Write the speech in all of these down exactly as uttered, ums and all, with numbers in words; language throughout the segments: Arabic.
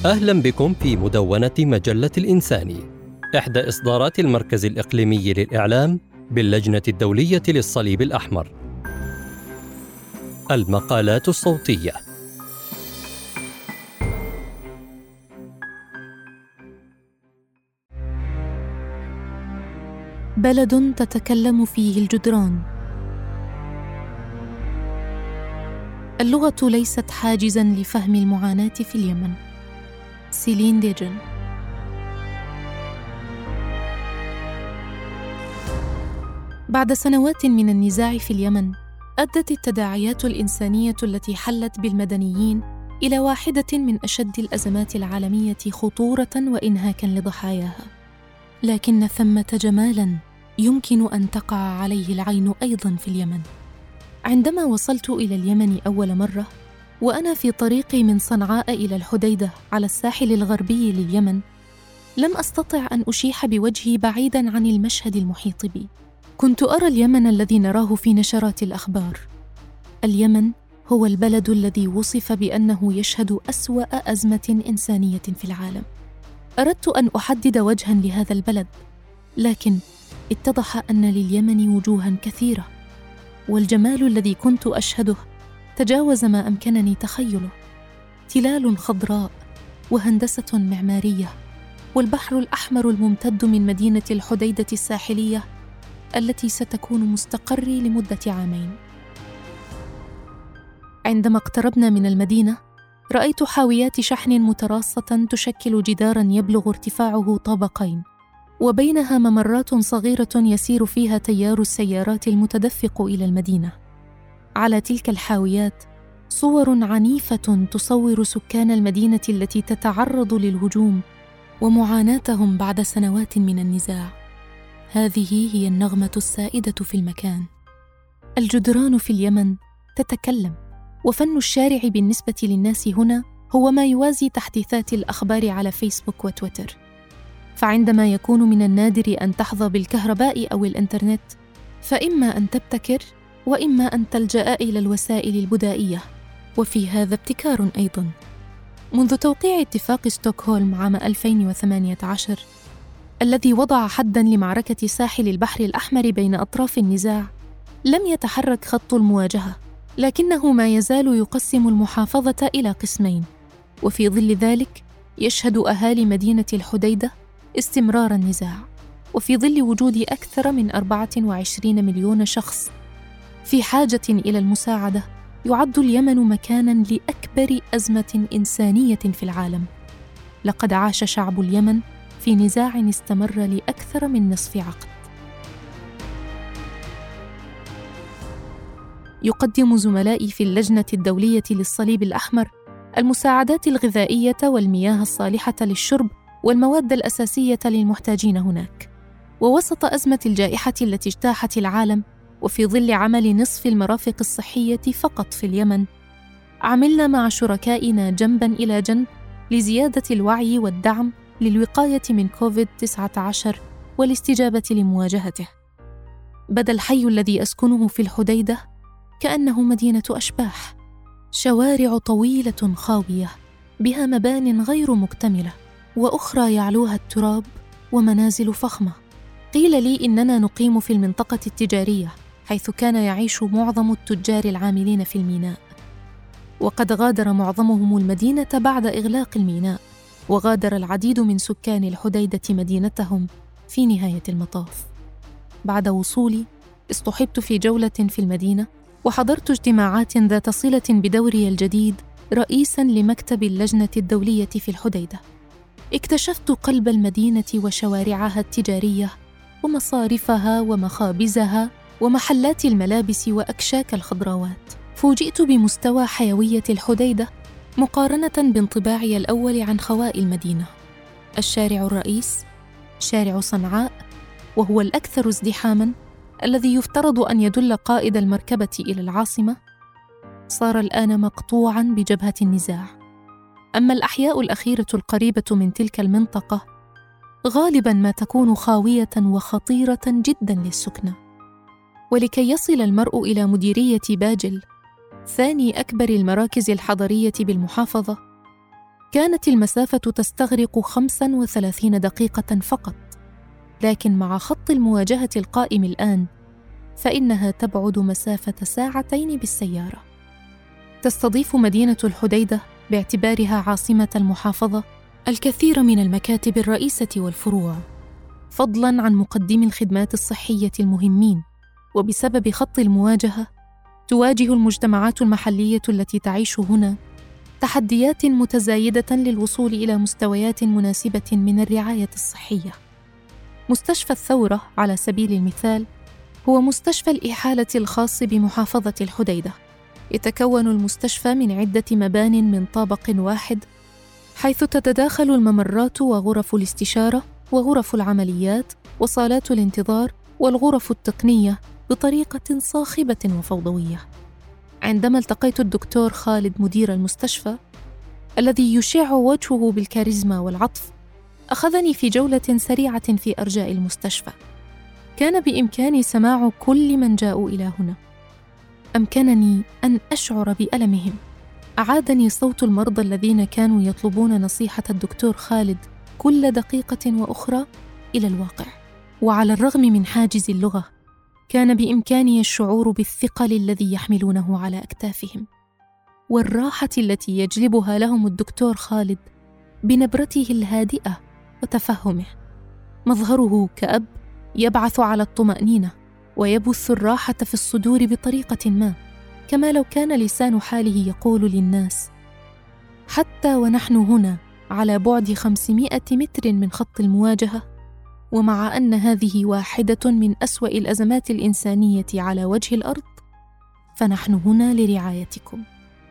أهلا بكم في مدونة مجلة الإنساني، إحدى إصدارات المركز الإقليمي للإعلام باللجنة الدولية للصليب الأحمر. المقالات الصوتية. بلد تتكلم فيه الجدران. اللغة ليست حاجزاً لفهم المعاناة في اليمن. سيلين ديجن. بعد سنوات من النزاع في اليمن، أدت التداعيات الإنسانية التي حلت بالمدنيين إلى واحدة من أشد الأزمات العالمية خطورة وإنهاكاً لضحاياها. لكن ثمة جمالاً يمكن أن تقع عليه العين أيضاً في اليمن. عندما وصلت إلى اليمن أول مرة، وأنا في طريقي من صنعاء إلى الحديدة على الساحل الغربي لليمن، لم أستطع أن أشيح بوجهي بعيداً عن المشهد المحيط بي. كنت أرى اليمن الذي نراه في نشرات الأخبار. اليمن هو البلد الذي وصف بأنه يشهد أسوأ أزمة إنسانية في العالم. أردت أن أحدد وجهاً لهذا البلد، لكن اتضح أن لليمن وجوهاً كثيرة، والجمال الذي كنت أشهده تجاوز ما أمكنني تخيله. تلال خضراء وهندسة معمارية، والبحر الأحمر الممتد من مدينة الحديدة الساحلية التي ستكون مستقري لمدة عامين. عندما اقتربنا من المدينة، رأيت حاويات شحن متراصة تشكل جداراً يبلغ ارتفاعه طابقين، وبينها ممرات صغيرة يسير فيها تيار السيارات المتدفق إلى المدينة. على تلك الحاويات صور عنيفة تصور سكان المدينة التي تتعرض للهجوم ومعاناتهم بعد سنوات من النزاع. هذه هي النغمة السائدة في المكان. الجدران في اليمن تتكلم، وفن الشارع بالنسبة للناس هنا هو ما يوازي تحديثات الأخبار على فيسبوك وتويتر. فعندما يكون من النادر أن تحظى بالكهرباء أو الإنترنت، فإما أن تبتكر وإما أن تلجأ إلى الوسائل البدائية، وفي هذا ابتكار أيضاً. منذ توقيع اتفاق ستوكهولم عام ألفين وثمانية عشر الذي وضع حداً لمعركة ساحل البحر الأحمر بين أطراف النزاع، لم يتحرك خط المواجهة، لكنه ما يزال يقسم المحافظة إلى قسمين. وفي ظل ذلك يشهد أهالي مدينة الحديدة استمرار النزاع، وفي ظل وجود أكثر من أربعة وعشرين مليون شخص في حاجة إلى المساعدة، يعد اليمن مكاناً لأكبر أزمة إنسانية في العالم. لقد عاش شعب اليمن في نزاع استمر لأكثر من نصف عقد. يقدم زملائي في اللجنة الدولية للصليب الأحمر المساعدات الغذائية والمياه الصالحة للشرب والمواد الأساسية للمحتاجين هناك. ووسط أزمة الجائحة التي اجتاحت العالم، وفي ظل عمل نصف المرافق الصحية فقط في اليمن، عملنا مع شركائنا جنباً إلى جنب لزيادة الوعي والدعم للوقاية من كوفيد تسعة عشر والاستجابة لمواجهته. بدا الحي الذي أسكنه في الحديدة كأنه مدينة أشباح، شوارع طويلة خاوية بها مبان غير مكتملة، وأخرى يعلوها التراب، ومنازل فخمة. قيل لي إننا نقيم في المنطقة التجارية حيث كان يعيش معظم التجار العاملين في الميناء، وقد غادر معظمهم المدينة بعد إغلاق الميناء، وغادر العديد من سكان الحديدة مدينتهم في نهاية المطاف. بعد وصولي اصطحبت في جولة في المدينة، وحضرت اجتماعات ذات صلة بدوري الجديد رئيساً لمكتب اللجنة الدولية في الحديدة. اكتشفت قلب المدينة وشوارعها التجارية ومصارفها ومخابزها ومحلات الملابس وأكشاك الخضروات. فوجئت بمستوى حيوية الحديدة مقارنة بانطباعي الأول عن خواء المدينة. الشارع الرئيس شارع صنعاء، وهو الأكثر ازدحاماً، الذي يفترض أن يدل قائد المركبة إلى العاصمة، صار الآن مقطوعاً بجبهة النزاع. أما الأحياء الأخيرة القريبة من تلك المنطقة غالباً ما تكون خاوية وخطيرة جداً للسكنة. ولكي يصل المرء إلى مديرية باجل، ثاني أكبر المراكز الحضرية بالمحافظة، كانت المسافة تستغرق خمسة وثلاثين دقيقة فقط، لكن مع خط المواجهة القائم الآن فإنها تبعد مسافة ساعتين بالسيارة. تستضيف مدينة الحديدة باعتبارها عاصمة المحافظة الكثير من المكاتب الرئيسة والفروع، فضلاً عن مقدمي الخدمات الصحية المهمين. وبسبب خط المواجهة تواجه المجتمعات المحلية التي تعيش هنا تحديات متزايدة للوصول إلى مستويات مناسبة من الرعاية الصحية. مستشفى الثورة على سبيل المثال هو مستشفى الإحالة الخاص بمحافظة الحديدة. يتكون المستشفى من عدة مبان من طابق واحد، حيث تتداخل الممرات وغرف الاستشارة وغرف العمليات وصالات الانتظار والغرف التقنية بطريقة صاخبة وفوضوية. عندما التقيت الدكتور خالد مدير المستشفى الذي يشع وجهه بالكاريزما والعطف، أخذني في جولة سريعة في أرجاء المستشفى. كان بإمكاني سماع كل من جاءوا إلى هنا. أمكنني أن أشعر بألمهم. أعادني صوت المرضى الذين كانوا يطلبون نصيحة الدكتور خالد كل دقيقة وأخرى إلى الواقع. وعلى الرغم من حاجز اللغة، كان بإمكاني الشعور بالثقل الذي يحملونه على أكتافهم، والراحة التي يجلبها لهم الدكتور خالد بنبرته الهادئة وتفهمه. مظهره كأب يبعث على الطمأنينة ويبث الراحة في الصدور بطريقة ما، كما لو كان لسان حاله يقول للناس: حتى ونحن هنا على بعد خمسمائة متر من خط المواجهة، ومع أن هذه واحدة من أسوأ الأزمات الإنسانية على وجه الأرض، فنحن هنا لرعايتكم.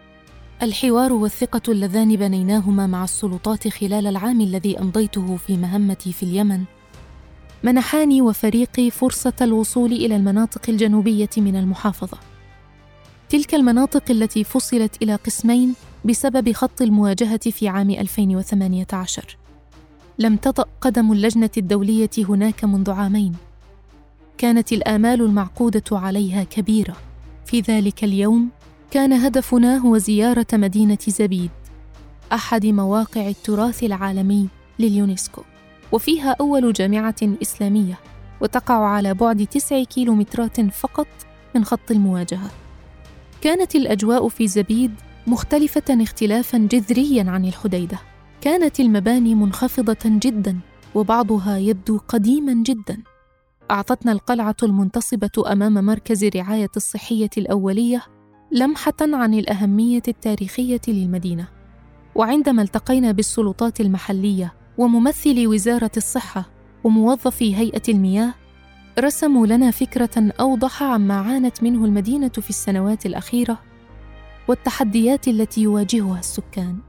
الحوار والثقة اللذان بنيناهما مع السلطات خلال العام الذي أمضيته في مهمتي في اليمن منحاني وفريقي فرصة الوصول إلى المناطق الجنوبية من المحافظة، تلك المناطق التي فصلت إلى قسمين بسبب خط المواجهة في عام ألفين وثمانية عشر. لم تطأ قدم اللجنة الدولية هناك منذ عامين. كانت الآمال المعقودة عليها كبيرة. في ذلك اليوم كان هدفنا هو زيارة مدينة زبيد، أحد مواقع التراث العالمي لليونسكو، وفيها أول جامعة إسلامية، وتقع على بعد تسع كيلومترات فقط من خط المواجهة. كانت الأجواء في زبيد مختلفة اختلافاً جذرياً عن الحديدة. كانت المباني منخفضة جداً وبعضها يبدو قديماً جداً. أعطتنا القلعة المنتصبة أمام مركز الرعاية الصحية الأولية لمحة عن الأهمية التاريخية للمدينة. وعندما التقينا بالسلطات المحلية وممثلي وزارة الصحة وموظفي هيئة المياه، رسموا لنا فكرة أوضح عما عانت منه المدينة في السنوات الأخيرة والتحديات التي يواجهها السكان.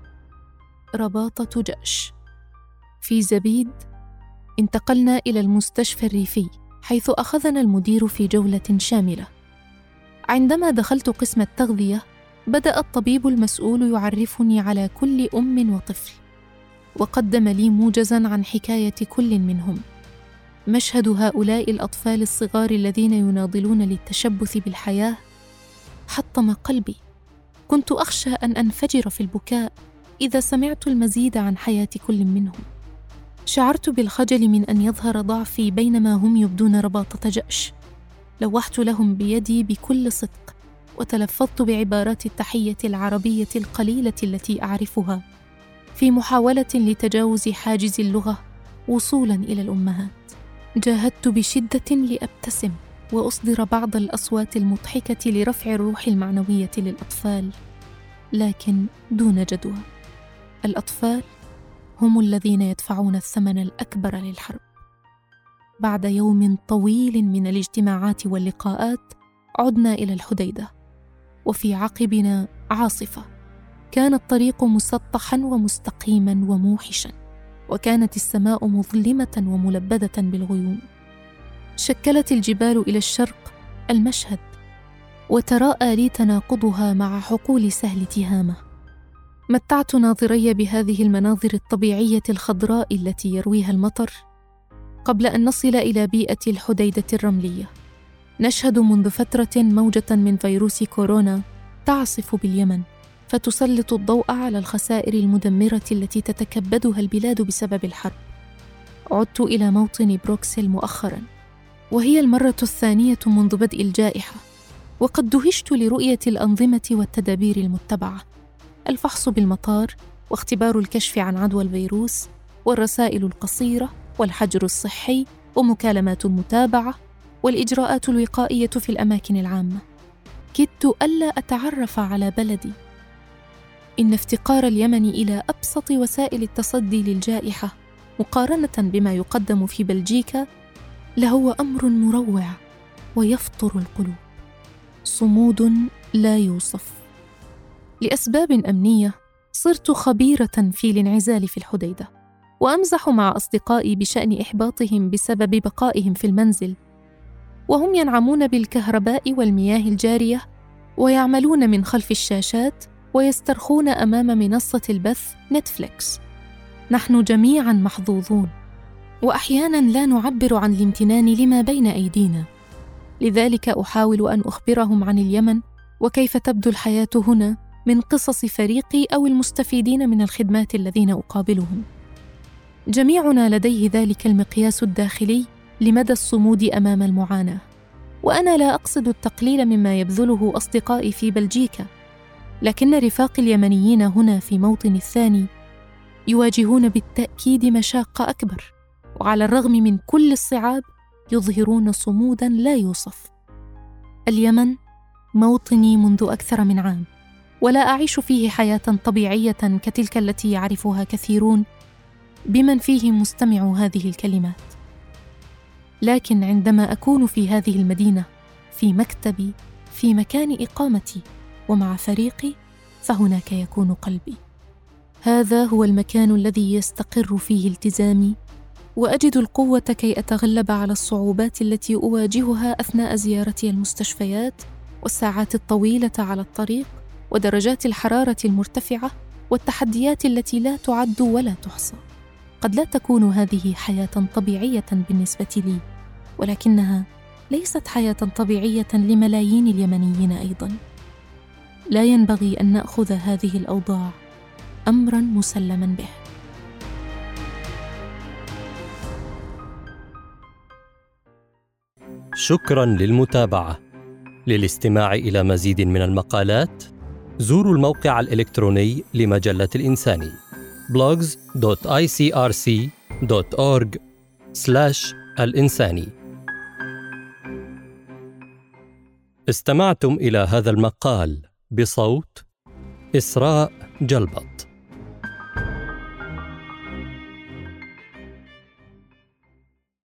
رباطة جأش. في زبيد انتقلنا إلى المستشفى الريفي، حيث أخذنا المدير في جولة شاملة. عندما دخلت قسم التغذية، بدأ الطبيب المسؤول يعرفني على كل أم وطفل، وقدم لي موجزاً عن حكاية كل منهم. مشهد هؤلاء الأطفال الصغار الذين يناضلون للتشبث بالحياة حطم قلبي. كنت أخشى أن أنفجر في البكاء إذا سمعت المزيد عن حياة كل منهم. شعرت بالخجل من أن يظهر ضعفي بينما هم يبدون رباطة جأش. لوحت لهم بيدي بكل صدق، وتلفظت بعبارات التحية العربية القليلة التي أعرفها في محاولة لتجاوز حاجز اللغة وصولاً إلى الأمهات. جاهدت بشدة لأبتسم وأصدر بعض الأصوات المضحكة لرفع الروح المعنوية للأطفال، لكن دون جدوى. الأطفال هم الذين يدفعون الثمن الأكبر للحرب. بعد يوم طويل من الاجتماعات واللقاءات، عدنا إلى الحديدة، وفي عقبنا عاصفة. كان الطريق مسطحاً ومستقيماً وموحشاً، وكانت السماء مظلمة وملبدة بالغيوم. شكلت الجبال إلى الشرق المشهد، وتراءى لي تناقضها مع حقول سهل تهامة. متعت ناظري بهذه المناظر الطبيعية الخضراء التي يرويها المطر قبل أن نصل إلى بيئة الحديدة الرملية. نشهد منذ فترة موجة من فيروس كورونا تعصف باليمن، فتسلط الضوء على الخسائر المدمرة التي تتكبدها البلاد بسبب الحرب. عدت إلى موطن بروكسل مؤخراً، وهي المرة الثانية منذ بدء الجائحة، وقد دهشت لرؤية الأنظمة والتدابير المتبعة: الفحص بالمطار، واختبار الكشف عن عدوى الفيروس، والرسائل القصيرة، والحجر الصحي، ومكالمات المتابعة، والإجراءات الوقائية في الأماكن العامة. كدت ألا أتعرف على بلدي. إن افتقار اليمن إلى أبسط وسائل التصدي للجائحة مقارنة بما يقدم في بلجيكا لهو أمر مروع ويفطر القلوب. صمود لا يوصف. لأسباب أمنية صرت خبيرة في الانعزال في الحديدة، وأمزح مع أصدقائي بشأن إحباطهم بسبب بقائهم في المنزل، وهم ينعمون بالكهرباء والمياه الجارية ويعملون من خلف الشاشات ويسترخون أمام منصة البث نتفليكس. نحن جميعاً محظوظون، وأحياناً لا نعبر عن الامتنان لما بين أيدينا. لذلك أحاول أن أخبرهم عن اليمن وكيف تبدو الحياة هنا من قصص فريقي أو المستفيدين من الخدمات الذين أقابلهم. جميعنا لديه ذلك المقياس الداخلي لمدى الصمود أمام المعاناة، وأنا لا أقصد التقليل مما يبذله أصدقائي في بلجيكا، لكن رفاق اليمنيين هنا في موطن الثاني يواجهون بالتأكيد مشاق أكبر، وعلى الرغم من كل الصعاب يظهرون صموداً لا يوصف. اليمن موطني منذ أكثر من عام، ولا أعيش فيه حياة طبيعية كتلك التي يعرفها كثيرون بمن فيهم مستمع هذه الكلمات. لكن عندما أكون في هذه المدينة، في مكتبي، في مكان إقامتي، ومع فريقي، فهناك يكون قلبي. هذا هو المكان الذي يستقر فيه التزامي، وأجد القوة كي أتغلب على الصعوبات التي أواجهها أثناء زيارتي المستشفيات، والساعات الطويلة على الطريق، ودرجات الحرارة المرتفعة، والتحديات التي لا تعد ولا تحصى. قد لا تكون هذه حياة طبيعية بالنسبة لي، ولكنها ليست حياة طبيعية لملايين اليمنيين أيضاً. لا ينبغي أن نأخذ هذه الأوضاع أمراً مسلماً به. شكراً للمتابعة. للاستماع إلى مزيد من المقالات زوروا الموقع الإلكتروني لمجلة الإنساني blogs دوت آي سي آر سي دوت أورج سلاش الإنساني. استمعتم إلى هذا المقال بصوت إسراء جلبط.